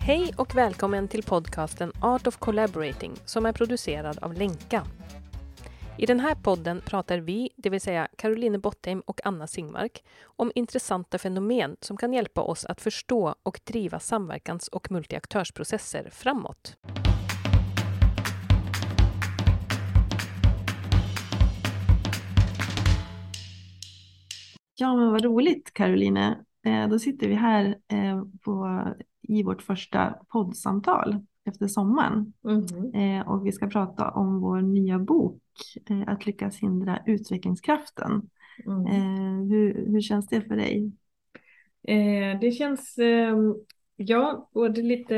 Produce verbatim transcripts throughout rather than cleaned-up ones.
Hej och välkommen till podcasten Art of Collaborating som är producerad av Lenka. I den här podden pratar vi, det vill säga Caroline Bottheim och Anna Singmark, om intressanta fenomen som kan hjälpa oss att förstå och driva samverkans- och multiaktörsprocesser framåt. Ja, men vad roligt Caroline. Eh, då sitter vi här eh, på, i vårt första poddsamtal efter sommaren. Mm. Eh, och vi ska prata om vår nya bok, eh, Att lyckas hindra utvecklingskraften. Mm. Eh, hur, hur känns det för dig? Eh, det känns, eh, ja, både lite,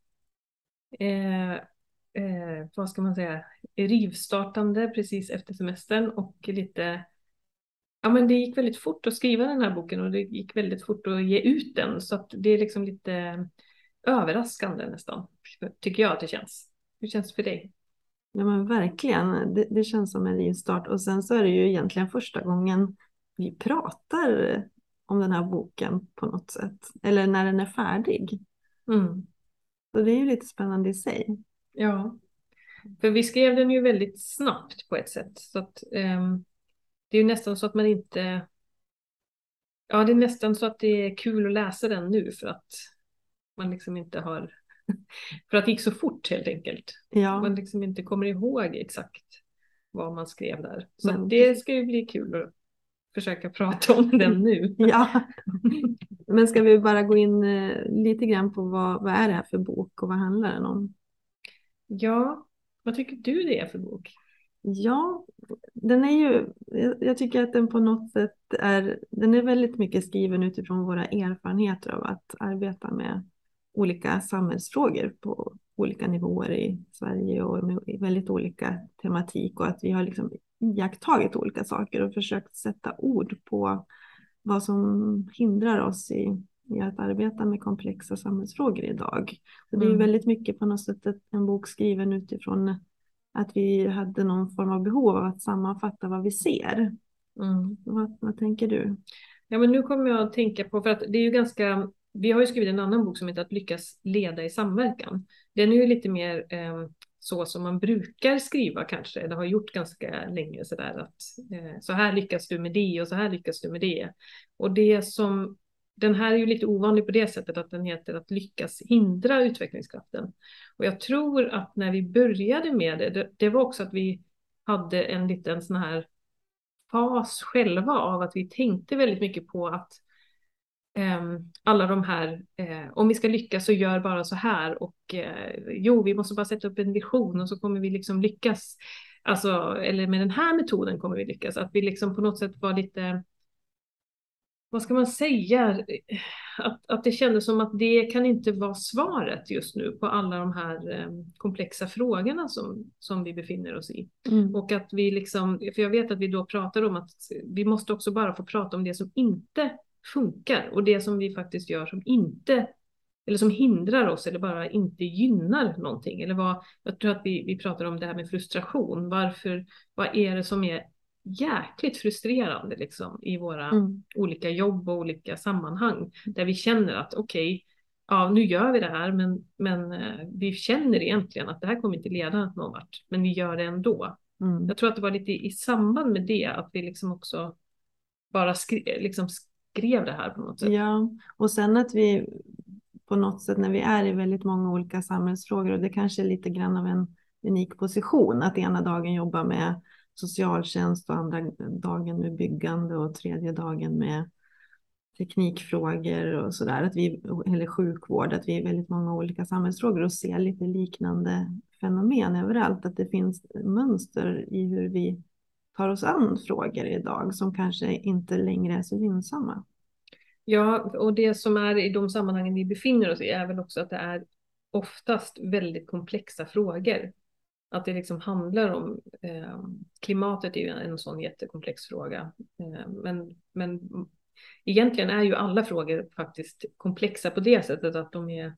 eh, eh, vad ska man säga, rivstartande precis efter semestern och lite, ja men det gick väldigt fort att skriva den här boken och det gick väldigt fort att ge ut den. Så att det är liksom lite överraskande nästan, tycker jag att det känns. Hur känns det för dig? Ja, men verkligen. Det, det känns som en rivstart. Och sen så är det ju egentligen första gången vi pratar om den här boken på något sätt. Eller när den är färdig. Mm. Så det är ju lite spännande i sig. Ja, för vi skrev den ju väldigt snabbt på ett sätt. Så att, ehm, det är ju nästan så att man inte... Ja, det är nästan så att det är kul att läsa den nu för att man liksom inte har... För att det gick så fort helt enkelt. Ja. Man liksom inte kommer ihåg exakt vad man skrev där. Så Men- det ska ju bli kul att försöka prata om den nu. Ja, men ska vi bara gå in eh, lite grann på vad, vad är det här för bok och vad handlar den om? Ja, vad tycker du det är för bok? Ja, den är ju, jag, jag tycker att den på något sätt är, den är väldigt mycket skriven utifrån våra erfarenheter av att arbeta med olika samhällsfrågor på olika nivåer i Sverige och med väldigt olika tematik och att vi har liksom iakttagit olika saker och försökt sätta ord på vad som hindrar oss i, i att arbeta med komplexa samhällsfrågor idag. Så det är Mm. väldigt mycket på något sätt en bok skriven utifrån att vi hade någon form av behov av att sammanfatta vad vi ser. Mm. Vad, vad tänker du? Ja, men nu kommer jag att tänka på, för att det är ju ganska, vi har ju skrivit en annan bok som heter Att lyckas leda i samverkan. Den är ju lite mer eh, så som man brukar skriva kanske, eller har gjort ganska länge sådär att eh, så här lyckas du med det och så här lyckas du med det. Och det som, den här är ju lite ovanlig på det sättet att den heter Att lyckas hindra utvecklingskraften. Och jag tror att när vi började med det, det, det var också att vi hade en liten sån här fas själva av att vi tänkte väldigt mycket på att um, alla de här, eh, om vi ska lyckas så gör bara så här och eh, jo, vi måste bara sätta upp en vision och så kommer vi liksom lyckas, alltså, eller med den här metoden kommer vi lyckas, att vi liksom på något sätt var lite, vad ska man säga, att, att det kändes som att det kan inte vara svaret just nu på alla de här eh, komplexa frågorna som, som vi befinner oss i. Mm. Och att vi liksom, för jag vet att vi då pratar om att vi måste också bara få prata om det som inte funkar och det som vi faktiskt gör som inte, eller som hindrar oss eller bara inte gynnar någonting. Eller vad, jag tror att vi, vi pratar om det här med frustration. Varför, vad är det som är jäkligt frustrerande liksom, i våra Mm. olika jobb och olika sammanhang där vi känner att okej, okay, ja nu gör vi det här men, men eh, vi känner egentligen att det här kommer inte leda någon vart, men vi gör det ändå. Mm. Jag tror att det var lite i samband med det att vi liksom också bara skrev, liksom skrev det här på något sätt. Ja, och sen att vi på något sätt när vi är i väldigt många olika samhällsfrågor och det kanske är lite grann av en unik position att ena dagen jobba med socialtjänst och andra dagen med byggande och tredje dagen med teknikfrågor och sådär, att vi, eller sjukvård, att vi är i väldigt många olika samhällsfrågor och ser lite liknande fenomen överallt, att det finns mönster i hur vi tar oss an frågor idag som kanske inte längre är så gynnsamma. Ja, och det som är i de sammanhangen vi befinner oss i är väl också att det är oftast väldigt komplexa frågor. Att det liksom handlar om, eh, klimatet är ju en sån jättekomplex fråga. Eh, men, men egentligen är ju alla frågor faktiskt komplexa på det sättet att de är,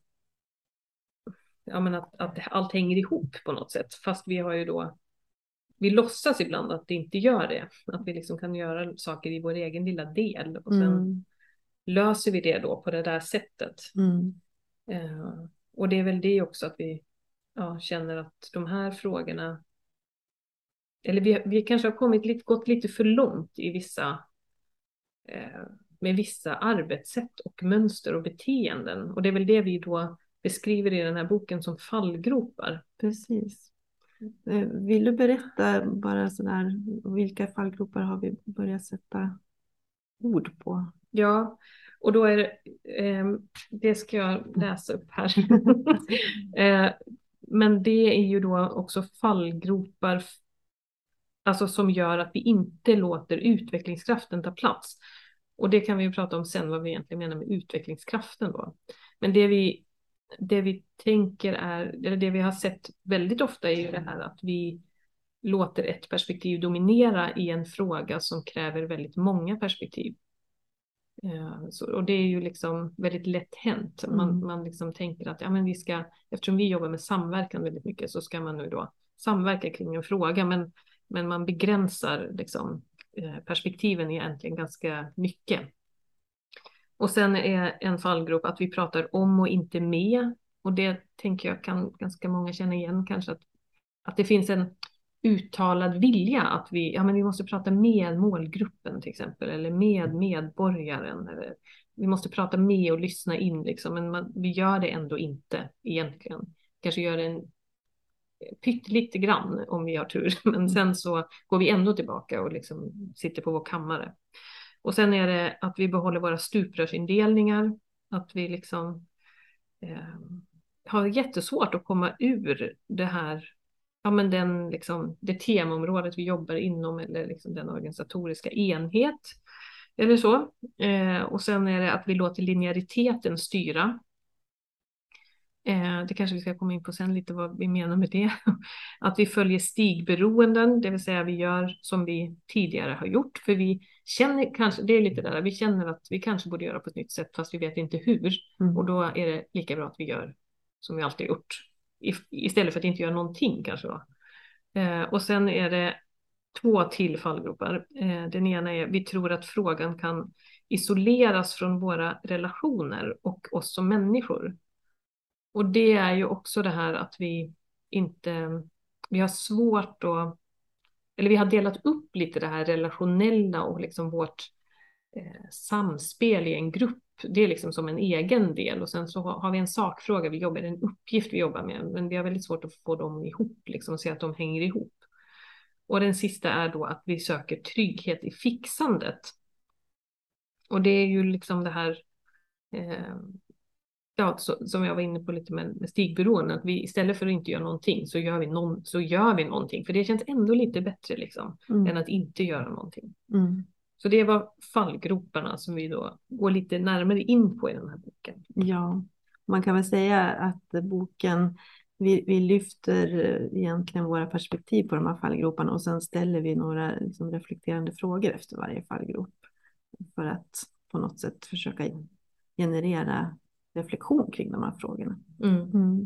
ja men att, att allt hänger ihop på något sätt. Fast vi har ju då, vi låtsas ibland att det inte gör det. Att vi liksom kan göra saker i vår egen lilla del och sen Mm. löser vi det då på det där sättet. Mm. Eh, Och det är väl det också att vi ja, känner att de här frågorna, eller vi, vi kanske har kommit lite, gått lite för långt i vissa, eh, med vissa arbetssätt och mönster och beteenden. Och det är väl det vi då beskriver i den här boken som fallgropar. Precis. Eh, Vill du berätta bara sådär, vilka fallgropar har vi börjat sätta ord på? Ja, och då är det, eh, det ska jag läsa upp här. eh, men det är ju då också fallgropar, alltså som gör att vi inte låter utvecklingskraften ta plats. Och det kan vi ju prata om sen, vad vi egentligen menar med utvecklingskraften då. Men det vi, det vi tänker är, eller det vi har sett väldigt ofta är ju det här att vi låter ett perspektiv dominera i en fråga som kräver väldigt många perspektiv. Ja, så, och det är ju liksom väldigt lätt hänt. Man, Mm. man liksom tänker att ja, men vi ska, eftersom vi jobbar med samverkan väldigt mycket så ska man nu då samverka kring en fråga, men, men man begränsar liksom, eh, perspektiven egentligen ganska mycket. Och sen är en fallgrop att vi pratar om och inte med, och det tänker jag kan ganska många känna igen kanske, att, att det finns en uttalad vilja att vi, ja, men vi måste prata med målgruppen till exempel, eller med medborgaren, eller vi måste prata med och lyssna in liksom, men man, vi gör det ändå inte egentligen. Kanske gör det en pyttelite grann om vi har tur, men sen så går vi ändå tillbaka och liksom sitter på vår kammare. Och sen är det att vi behåller våra stuprörsindelningar, att vi liksom eh, har jättesvårt att komma ur det här, ja, men den, liksom, det temaområdet vi jobbar inom, eller liksom den organisatoriska enhet eller så. Eh, och sen är det att vi låter lineariteten styra. Eh, det kanske vi ska komma in på sen lite vad vi menar med det. Att vi följer stigberoenden, det vill säga vi gör som vi tidigare har gjort. För vi känner kanske, det är lite där, vi känner att vi kanske borde göra på ett nytt sätt fast vi vet inte hur. Mm. Och då är det lika bra att vi gör som vi alltid gjort. I, istället för att inte göra någonting kanske då. Eh, och sen är det två till fallgropar. Eh, den ena är vi tror att frågan kan isoleras från våra relationer och oss som människor. Och det är ju också det här att vi inte, vi har svårt att, eller vi har delat upp lite det här relationella och liksom vårt eh, samspel i en grupp. Det är liksom som en egen del, och sen så har vi en sakfråga vi jobbar, en uppgift vi jobbar med, men vi har väldigt svårt att få dem ihop, liksom se att de hänger ihop. Och den sista är då att vi söker trygghet i fixandet. Och det är ju liksom det här, eh, ja, så, som jag var inne på lite med, med stigberoende, att vi istället för att inte göra någonting så gör vi, någon, så gör vi någonting, för det känns ändå lite bättre liksom, Mm. än att inte göra någonting. Mm. Så det var fallgroparna som vi då går lite närmare in på i den här boken. Ja, man kan väl säga att boken, vi, vi lyfter egentligen våra perspektiv på de här fallgroparna och sen ställer vi några liksom reflekterande frågor efter varje fallgrop för att på något sätt försöka generera reflektion kring de här frågorna. Mm. Mm.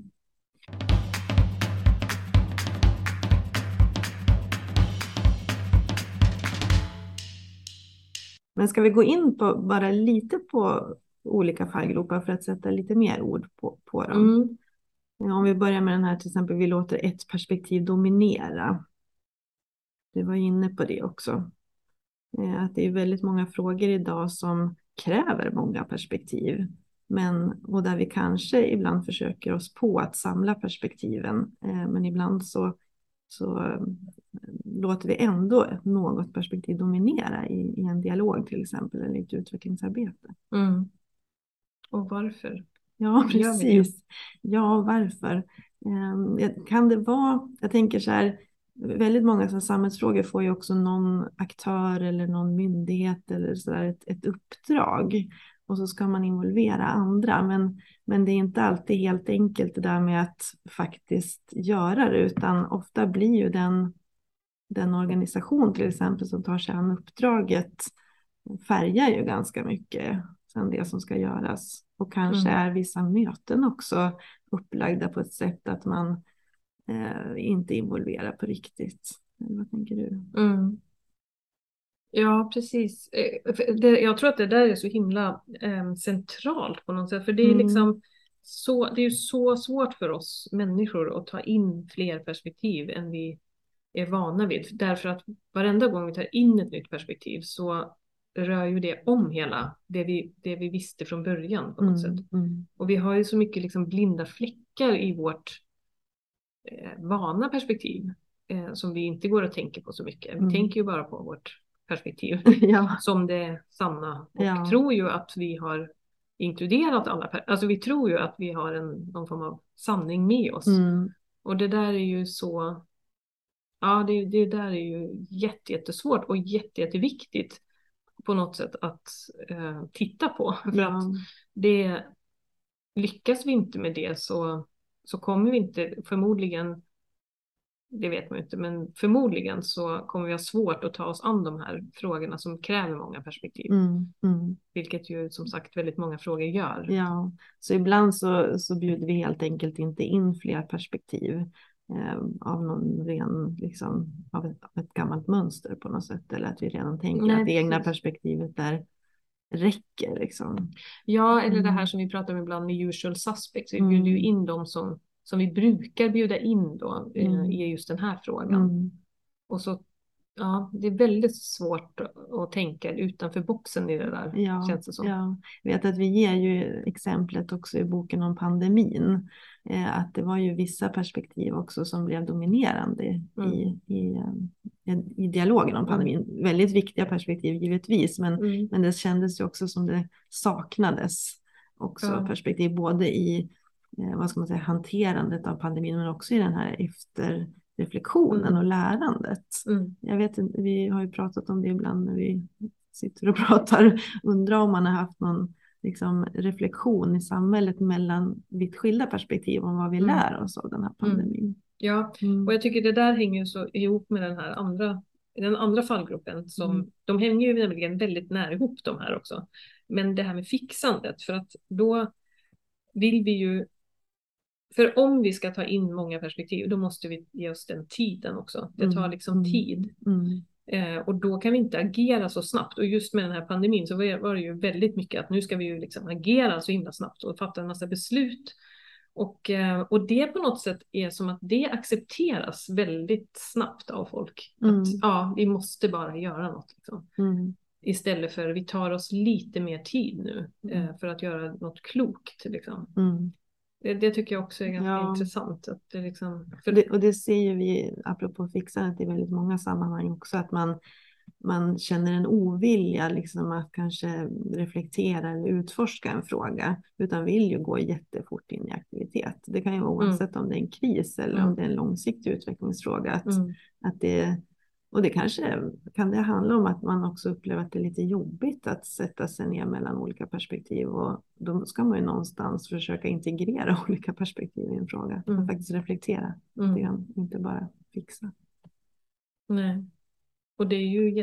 Men ska vi gå in på bara lite på olika fallgropar för att sätta lite mer ord på, på dem? Mm. Om vi börjar med den här till exempel, vi låter ett perspektiv dominera. Du var inne på det också. Att det är väldigt många frågor idag som kräver många perspektiv. Men, och där vi kanske ibland försöker oss på att samla perspektiven. Men ibland så, så låter vi ändå något perspektiv dominera i, i en dialog till exempel, eller i ett utvecklingsarbete. Mm. Och varför? Ja, precis. Ja, varför? Kan det vara, jag tänker så här, väldigt många som samhällsfrågor får ju också någon aktör eller någon myndighet eller så där, ett, ett uppdrag. Och så ska man involvera andra. Men, men det är inte alltid helt enkelt det där med att faktiskt göra det. Utan ofta blir ju den, den organisation till exempel som tar sig an uppdraget färgar ju ganska mycket sen det som ska göras. Och kanske mm. är vissa möten också upplagda på ett sätt att man eh, inte involverar på riktigt. Vad tänker du? Mm. Ja, precis. Det, jag tror att det där är så himla eh, centralt på något sätt. För det är mm. liksom, så, det är ju så svårt för oss människor att ta in fler perspektiv än vi är vana vid. Därför att varenda gång vi tar in ett nytt perspektiv så rör ju det om hela det vi, det vi visste från början på något Mm, sätt. mm, Och vi har ju så mycket liksom blinda fläckar i vårt eh, vana perspektiv eh, som vi inte går att tänka på så mycket. Vi mm. tänker ju bara på vårt perspektiv Ja, som det sanna och ja. tror ju att vi har inkluderat alla, per- alltså vi tror ju att vi har en, någon form av sanning med oss. Mm, Och det där är ju så, ja det, det där är ju jätte, jättesvårt och jätte, jätteviktigt på något sätt att eh, titta på. För ja. att det, lyckas vi inte med det så, så kommer vi inte förmodligen, det vet man ju inte, men förmodligen så kommer vi ha svårt att ta oss an de här frågorna som kräver många perspektiv. Mm, mm. Vilket ju som sagt väldigt många frågor gör. Ja, så ibland så, så bjuder vi helt enkelt inte in fler perspektiv eh, av någon ren, liksom, av ett, av ett gammalt mönster på något sätt. Eller att vi redan tänker Nej, att det egna precis. perspektivet där räcker. Liksom. Ja, eller det här Mm. som vi pratar om ibland med usual suspects. Vi Mm. bjuder ju in dem som, som vi brukar bjuda in då eh, Mm. i just den här frågan. Mm. Och så, ja, det är väldigt svårt att tänka utanför boxen i det där, Ja, känns det som. ja. Jag vet att vi ger ju exemplet också i boken om pandemin. Eh, att det var ju vissa perspektiv också som blev dominerande Mm. i, i, eh, i dialogen om pandemin. Mm. Väldigt viktiga perspektiv givetvis, men, Mm. men det kändes ju också som det saknades också Ja. perspektiv både i eh, vad ska man säga, hanterandet av pandemin men också i den här efterreflektionen Mm. och lärandet. Mm. Jag vet inte, vi har ju pratat om det ibland när vi sitter och pratar. Undrar om man har haft någon liksom, reflektion i samhället mellan vitt skilda perspektiv om vad vi Mm. lär oss av den här pandemin. Ja, Mm. och jag tycker det där hänger ju så ihop med den här andra, den andra fallgruppen. Som, Mm. De hänger ju nämligen väldigt nära ihop de här också. Men det här med fixandet, för att då vill vi ju, för om vi ska ta in många perspektiv, då måste vi ge oss den tiden också. Det tar liksom Mm. tid. Mm. Eh, och då kan vi inte agera så snabbt. Och just med den här pandemin så var, var det ju väldigt mycket att nu ska vi ju liksom agera så himla snabbt och fatta en massa beslut. Och, eh, och det på något sätt är som att det accepteras väldigt snabbt av folk. Mm. Att ja, vi måste bara göra något. Liksom. Mm. Istället för vi tar oss lite mer tid nu eh, Mm. för att göra något klokt. Liksom. Mm. Det, det tycker jag också är ganska Ja. intressant. Att det liksom, för... det, och det ser ju vi, apropå fixandet, i väldigt många sammanhang också, att man, man känner en ovilja liksom, att kanske reflektera eller utforska en fråga, utan vill ju gå jättefort in i aktivitet. Det kan ju vara oavsett mm. om det är en kris eller mm. om det är en långsiktig utvecklingsfråga. Att, mm. att det, och det kanske kan det handla om att man också upplever att det är lite jobbigt att sätta sig ner mellan olika perspektiv, och då ska man ju någonstans försöka integrera olika perspektiv i en fråga. Mm. Och faktiskt reflektera, mm. inte bara fixa. Nej. Och det är ju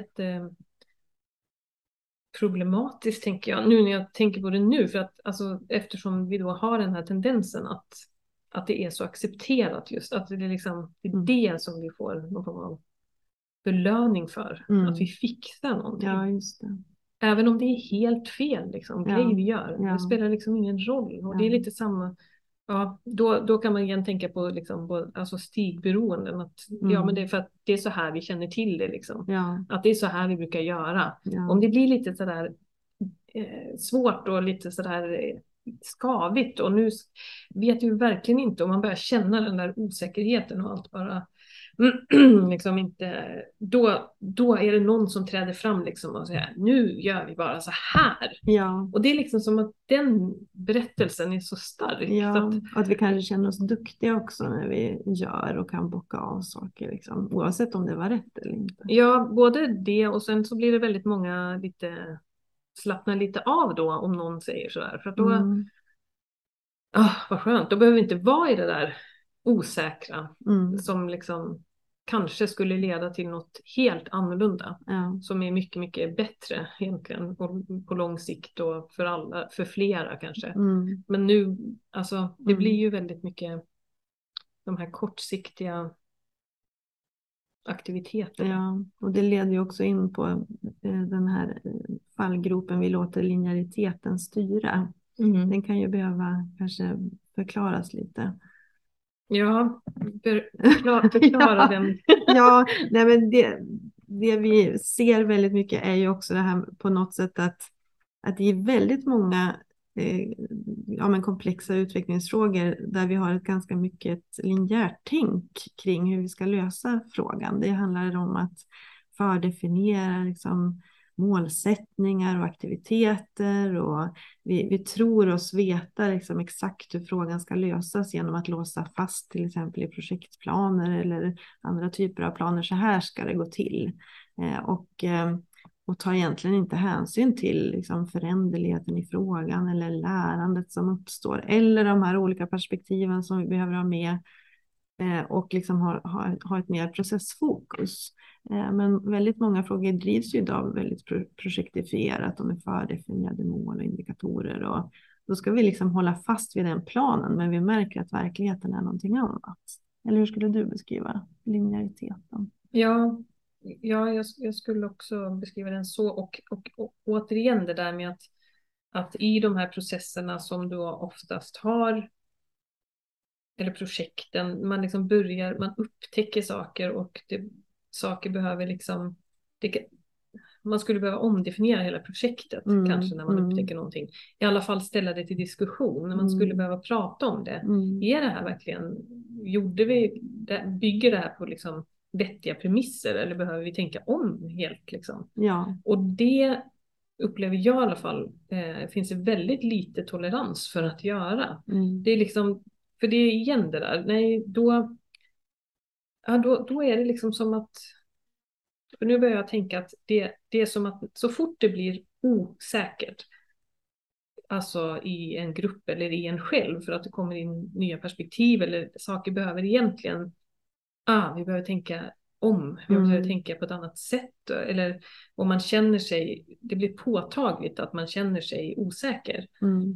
jätteproblematiskt, tänker jag, nu när jag tänker på det nu, för att alltså, eftersom vi då har den här tendensen att, att det är så accepterat just, att det är liksom det, är mm. det som vi får någon form av belöning för, mm. att vi fixar någonting. Ja, just det. Även om det är helt fel liksom, ja. grej vi gör, ja. det spelar liksom ingen roll. Och ja. det är lite samma, ja, då, då kan man igen tänka på, liksom, på alltså stigberoenden. Att, mm. ja, men det är för att det är så här vi känner till det. Liksom. Ja. Att det är så här vi brukar göra. Ja. Om det blir lite sådär eh, svårt och lite sådär eh, skavigt, och nu vet du verkligen inte om man börjar känna den där osäkerheten och allt bara liksom inte, då, då är det någon som träder fram liksom och säger nu gör vi bara så här. Ja. Och det är liksom som att den berättelsen är så stark. Ja, så att, och att vi kanske känner oss duktiga också när vi gör och kan bocka av saker liksom, oavsett om det var rätt eller inte. Ja, både det och sen så blir det väldigt många lite slappnar lite av då om någon säger sådär. För att då, mm. ah, vad skönt, då behöver vi inte vara i det där osäkra mm. som liksom kanske skulle leda till något helt annorlunda. Ja. Som är mycket, mycket bättre egentligen på, på lång sikt och för alla, för flera kanske. Mm. Men nu, alltså det mm. blir ju väldigt mycket de här kortsiktiga aktiviteterna. Ja, och det leder ju också in på den här fallgropen, vi låter linjäriteten styra. Mm. Den kan ju behöva kanske förklaras lite. Ja, för, förklara, förklara ja, den. ja, nej men det, det vi ser väldigt mycket är ju också det här på något sätt att, att det är väldigt många eh, ja, men komplexa utvecklingsfrågor där vi har ett ganska mycket ett linjärt tänk kring hur vi ska lösa frågan. Det handlar om att fördefiniera liksom, målsättningar och aktiviteter och vi, vi tror oss veta liksom exakt hur frågan ska lösas genom att låsa fast till exempel i projektplaner eller andra typer av planer. Så här ska det gå till. Eh, och, eh, och tar egentligen inte hänsyn till liksom, föränderligheten i frågan eller lärandet som uppstår eller de här olika perspektiven som vi behöver ha med eh, och liksom ha, ha, ha ett mer processfokus. Eh, men väldigt många frågor drivs ju idag väldigt pro- projektifierat och med fördefinierade mål och indikatorer och då ska vi liksom hålla fast vid den planen men vi märker att verkligheten är någonting annat. Eller hur skulle du beskriva linjäriteten? Ja, ja jag, jag skulle också beskriva den så. Och, och, och återigen det där med att, att i de här processerna som du oftast har, eller projekten, man liksom börjar, man upptäcker saker och det, saker behöver liksom, det, man skulle behöva omdefiniera hela projektet Mm, kanske när man mm. upptäcker någonting. I alla fall ställa det till diskussion, när man Mm. skulle behöva prata om det. Mm. Är det här verkligen, gjorde vi, det, bygger det här på liksom vettiga premisser eller behöver vi tänka om helt liksom? Ja. Och det upplever jag i alla fall eh, finns det väldigt lite tolerans för att göra. Mm. Det är liksom, för det är igen det där, nej då, ja, då, då är det liksom som att, för nu börjar jag tänka att det, det är som att så fort det blir osäkert, alltså i en grupp eller i en själv för att det kommer in nya perspektiv eller saker behöver egentligen, ah, vi behöver tänka om, vi behöver Mm. tänka på ett annat sätt eller om man känner sig, det blir påtagligt att man känner sig osäker. Mm.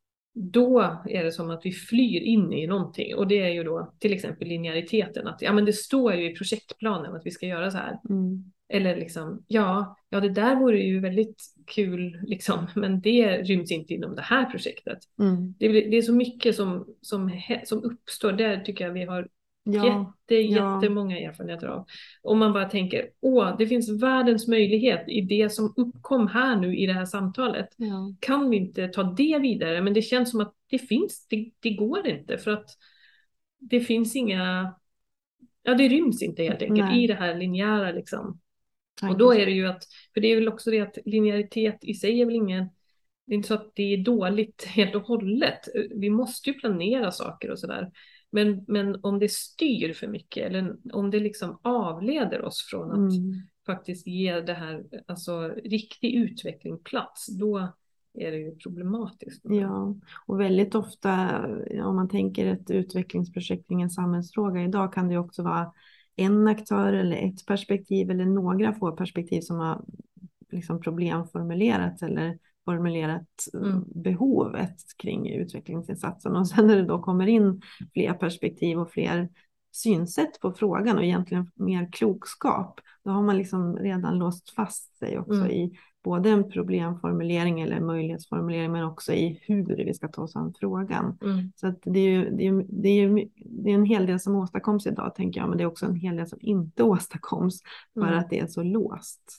Då är det som att vi flyr in i någonting och det är ju då till exempel linjäriteten att ja men det står ju i projektplanen att vi ska göra så här. Mm. Eller liksom, ja, ja det där vore ju väldigt kul liksom, men det ryms inte inom det här projektet. Mm. Det, det är så mycket som, som, som uppstår, där tycker jag vi har Ja. jätte, Ja. jättemånga erfarenheter av. Om man bara tänker, åh, det finns världens möjlighet i det som uppkom här nu i det här samtalet. Ja. Kan vi inte ta det vidare? Men det känns som att det finns, det, det går inte för att det finns inga, ja det ryms inte helt enkelt Nej. i det här linjära liksom. Tack. Och då är det ju att, för det är väl också det att linjäritet i sig är väl ingen, det är inte så att det är dåligt helt och hållet. Vi måste ju planera saker och sådär. Men, men om det styr för mycket eller om det liksom avleder oss från att Mm. faktiskt ge det här, alltså riktig utveckling plats, då är det ju problematiskt. Ja, och väldigt ofta om man tänker ett utvecklingsprojekt kring en samhällsfråga idag kan det också vara en aktör eller ett perspektiv eller några få perspektiv som har liksom problemformulerat eller formulerat Mm. behovet kring utvecklingsinsatsen och sen när det då kommer in fler perspektiv och fler synsätt på frågan och egentligen mer klokskap, då har man liksom redan låst fast sig också Mm. i både en problemformulering eller möjlighetsformulering men också i hur vi ska ta oss an frågan. Mm. Så att det, är ju, det, är, det, är ju, det är en hel del som åstadkoms idag tänker jag, men det är också en hel del som inte åstadkoms för Mm. att det är så låst.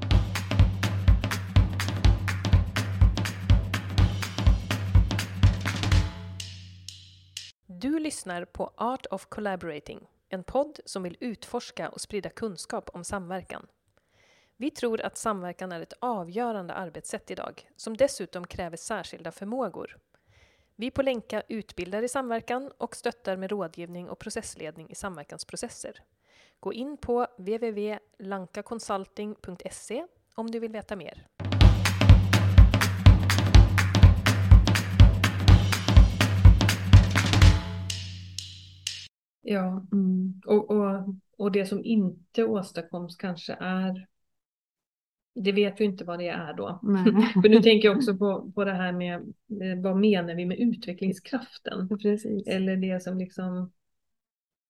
Du lyssnar på Art of Collaborating, en podd som vill utforska och sprida kunskap om samverkan. Vi tror att samverkan är ett avgörande arbetssätt idag, som dessutom kräver särskilda förmågor. Vi på Länka utbildar i samverkan och stöttar med rådgivning och processledning i samverkansprocesser. Gå in på w w w punkt lankaconsulting punkt se om du vill veta mer. Ja, Mm. och, och, och det som inte åstadkoms kanske är, det vet vi inte vad det är då. Nej. För nu tänker jag också på, på det här med, eh, vad menar vi med utvecklingskraften? Precis. Eller det som liksom,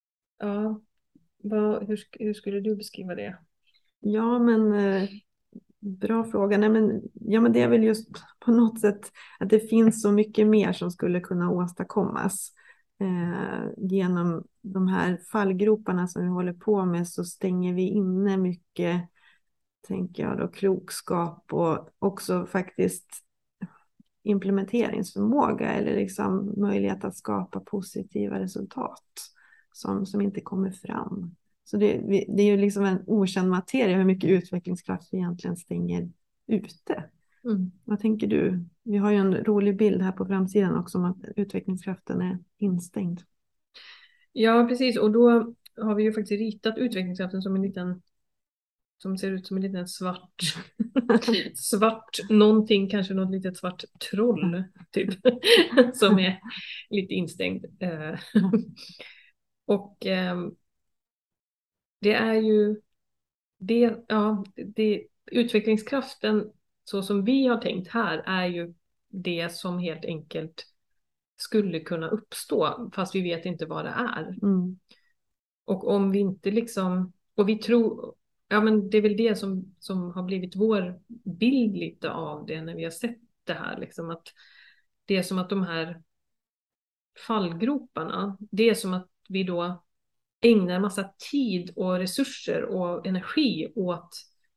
ja, vad, hur, sk- hur skulle du beskriva det? Ja, men eh, Bra fråga. Nej, men, ja, men det är väl just på något sätt att det finns så mycket mer som skulle kunna åstadkommas. Eh, genom de här fallgroparna som vi håller på med så stänger vi inne mycket, tänker jag då, klokskap och också faktiskt implementeringsförmåga eller liksom möjlighet att skapa positiva resultat som, som inte kommer fram. Så det, det är ju liksom en okänd materia hur mycket utvecklingskraft vi egentligen stänger ute. Mm. Vad tänker du? Vi har ju en rolig bild här på framsidan också om att utvecklingskraften är instängd. Ja, precis. Och då har vi ju faktiskt ritat utvecklingskraften som en liten, som ser ut som en liten svart, svart någonting, kanske något litet svart troll, typ, som är lite instängd. Eh, Och eh, det är ju det, ja, det, utvecklingskraften så som vi har tänkt här är ju det som helt enkelt skulle kunna uppstå fast vi vet inte vad det är. Mm. Och om vi inte liksom, och vi tror, ja men det är väl det som, som har blivit vår bild lite av det när vi har sett det här liksom, att det är som att de här fallgroparna, det är som att vi då ägnar massa tid och resurser och energi åt,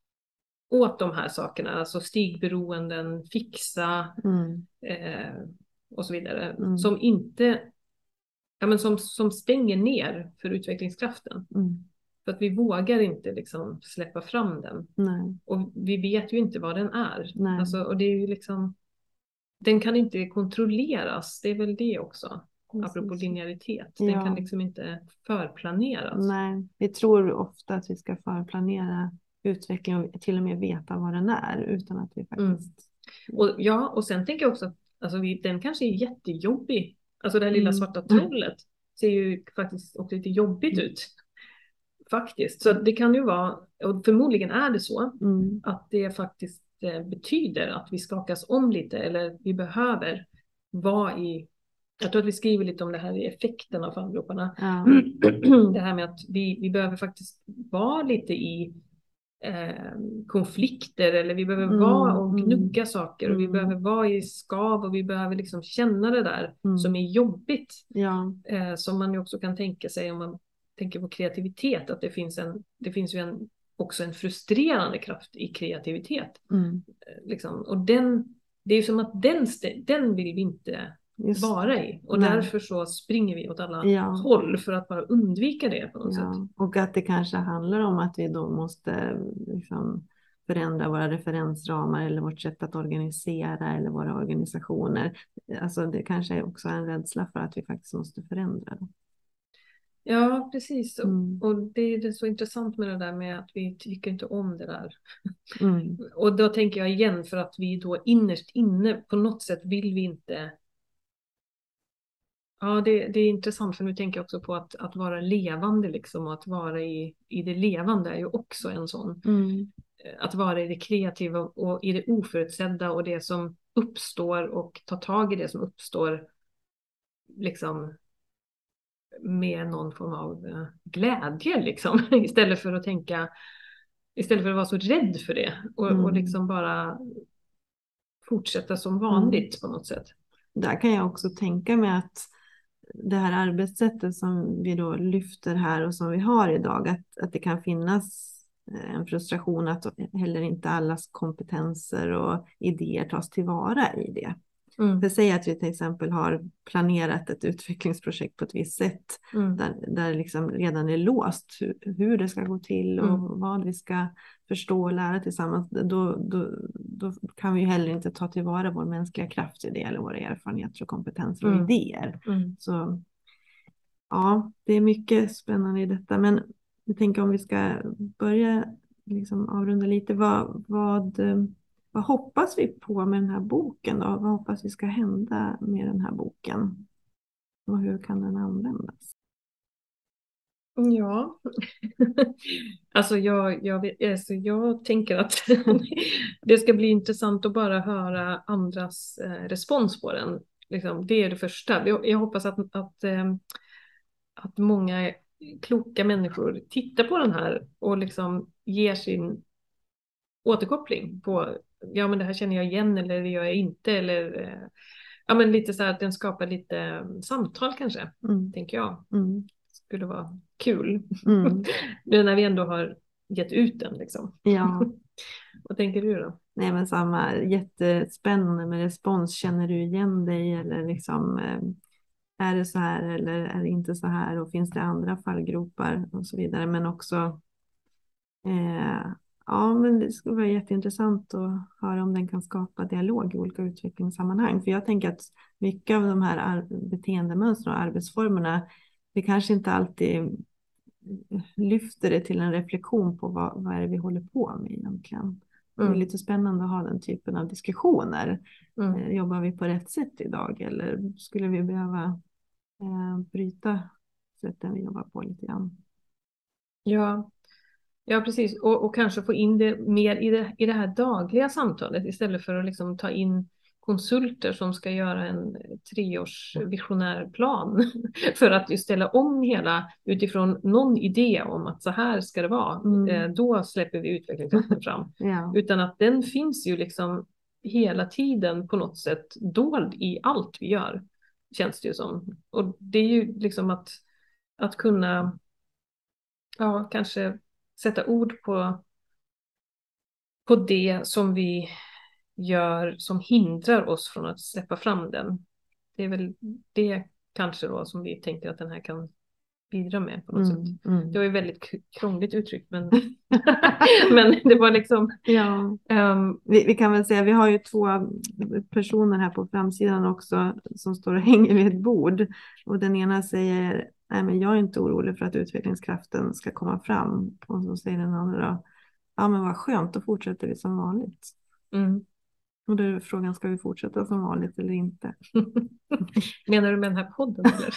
åt de här sakerna. Alltså stigberoenden, fixa Mm. eh, och så vidare. Mm. Som inte, ja, men som, som stänger ner för utvecklingskraften. Mm. För att vi vågar inte liksom släppa fram den. Nej. Och vi vet ju inte vad den är. Nej. Alltså, och det är ju liksom, den kan inte kontrolleras. Det är väl det också. Precis. Apropå linearitet. Den Ja. kan liksom inte förplaneras. Nej, vi tror ofta att vi ska förplanera utveckling och till och med veta vad den är utan att vi faktiskt... Mm. Och, ja, och sen tänker jag också att alltså, vi, den kanske är jättejobbig. Alltså det här lilla Mm. svarta trollet ser ju faktiskt också lite jobbigt ut. Faktiskt. Så det kan ju vara, och förmodligen är det så, Mm. att det faktiskt eh, betyder att vi skakas om lite eller vi behöver vara i, jag tror att vi skriver lite om det här i effekten av fallgroparna. Ja. Det här med att vi, vi behöver faktiskt vara lite i eh, konflikter eller vi behöver Mm, vara och mm, gnugga saker och vi mm. behöver vara i skav och vi behöver liksom känna det där Mm. som är jobbigt. Ja. Eh, som man ju också kan tänka sig om man tänker på kreativitet, att det finns, en, det finns ju en, också en frustrerande kraft i kreativitet. Mm. Eh, liksom. Och den, det är ju som att den, den vill vi inte Just. vara i. Och Nej. därför så springer vi åt alla Ja. håll för att bara undvika det på något Ja. sätt. Och att det kanske handlar om att vi då måste liksom förändra våra referensramar eller vårt sätt att organisera eller våra organisationer. Alltså det kanske är också en rädsla för att vi faktiskt måste förändra det. Ja, precis. Mm. Och, och det är det så intressant med det där med att vi tycker inte om det där. Mm. Och då tänker jag igen för att vi då innerst inne på något sätt vill vi inte. Ja, det, det är intressant för nu tänker jag också på att, att vara levande liksom och att vara i, i det levande är ju också en sån. Mm. Att vara i det kreativa och i det oförutsedda och det som uppstår och ta tag i det som uppstår liksom med någon form av glädje liksom istället för att tänka, istället för att vara så rädd för det och, Mm. och liksom bara fortsätta som vanligt mm. på något sätt. Där kan jag också tänka mig att det här arbetssättet som vi då lyfter här och som vi har idag, att, att det kan finnas en frustration att heller inte allas kompetenser och idéer tas tillvara i det. Mm. För säg att vi till exempel har planerat ett utvecklingsprojekt på ett visst sätt mm. där, där liksom redan är låst hur, hur det ska gå till och mm. vad vi ska förstå och lära tillsammans. Då, då, då kan vi ju heller inte ta tillvara vår mänskliga kraft i det eller våra erfarenheter och kompetenser och mm. idéer. Mm. Så ja, det är mycket spännande i detta, men jag tänker om vi ska börja liksom avrunda lite, vad, vad, vad hoppas vi på med den här boken då? Vad hoppas vi ska hända med den här boken? Och hur kan den användas? Ja, alltså jag, jag, alltså jag tänker att det ska bli intressant att bara höra andras respons på den. Liksom, det är det första. Jag, jag hoppas att, att, att många kloka människor tittar på den här och liksom ger sin återkoppling på, ja men det här känner jag igen eller det gör jag inte, eller eh, ja men lite så här att den skapar lite eh, samtal kanske, Mm. tänker jag. Mm. Skulle vara kul. Mm. Nu när vi ändå har gett ut den liksom. Ja. Vad tänker du då? Nej men samma, jättespännande med respons. Känner du igen dig eller liksom eh, är det så här eller är det inte så här, och finns det andra fallgropar och så vidare, men också eh, ja men det skulle vara jätteintressant att höra om den kan skapa dialog i olika utvecklingssammanhang, för jag tänker att mycket av de här beteendemönstren och arbetsformerna, det kanske inte alltid lyfter det till en reflektion på vad, vad är det vi håller på med egentligen. Mm. Det är lite spännande att ha den typen av diskussioner. Mm. Eh, jobbar vi på rätt sätt idag eller skulle vi behöva eh, bryta sätten vi jobbar på lite grann? Ja, ja precis. Och, och kanske få in det mer i det, i det här dagliga samtalet istället för att liksom ta in konsulter som ska göra en treårs visionär plan för att ju ställa om hela utifrån någon idé om att så här ska det vara. Mm. Då släpper vi utvecklingskraften fram. Ja. Utan att den finns ju liksom hela tiden på något sätt dold i allt vi gör, känns det ju som. Och det är ju liksom att, att kunna ja, kanske sätta ord på, på det som vi gör som hindrar oss från att släppa fram den. Det är väl det kanske då som vi tänker att den här kan bidra med på något mm, sätt. Mm. Det var ju väldigt krångligt uttryckt, men, men det var liksom... Ja. Um, vi, vi kan väl säga, vi har ju två personer här på framsidan också som står och hänger vid ett bord. Och den ena säger, nej men jag är inte orolig för att utvecklingskraften ska komma fram. Och så säger den andra då, ja men vad skönt, då fortsätter vi som vanligt. Mm. Och då är frågan, ska vi fortsätta som vanligt eller inte? Menar du med den här podden eller?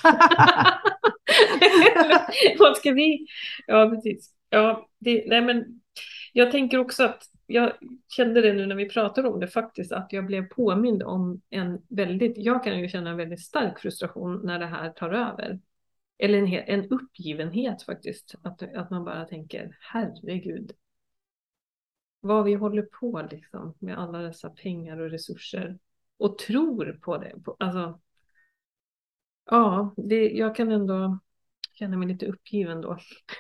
Vad ska vi? Ja, precis. Ja, det, nej, men jag tänker också att jag kände det nu när vi pratade om det faktiskt, att jag blev påmind om en väldigt, jag kan ju känna en väldigt stark frustration när det här tar över. Eller en, en uppgivenhet faktiskt. Att, att man bara tänker, herregud. Vad vi håller på liksom med alla dessa pengar och resurser. Och tror på det. På, alltså, ja, det, jag kan ändå känna mig lite uppgiven då.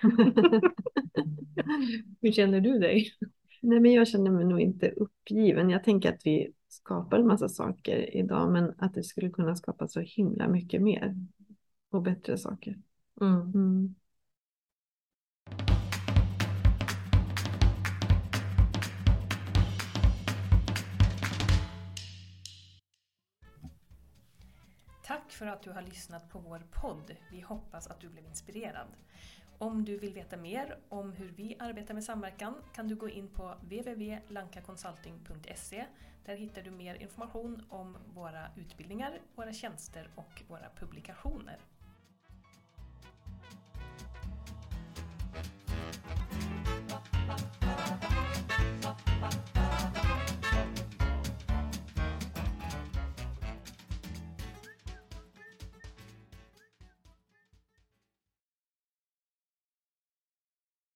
Hur känner du dig? Nej, men jag känner mig nog inte uppgiven. Jag tänker att vi skapar en massa saker idag, men att det skulle kunna skapa så himla mycket mer och bättre saker. Mm. Mm. Tack för att du har lyssnat på vår podd. Vi hoppas att du blev inspirerad. Om du vill veta mer om hur vi arbetar med samverkan kan du gå in på w w w punkt lanka consulting punkt se. Där hittar du mer information om våra utbildningar, våra tjänster och våra publikationer.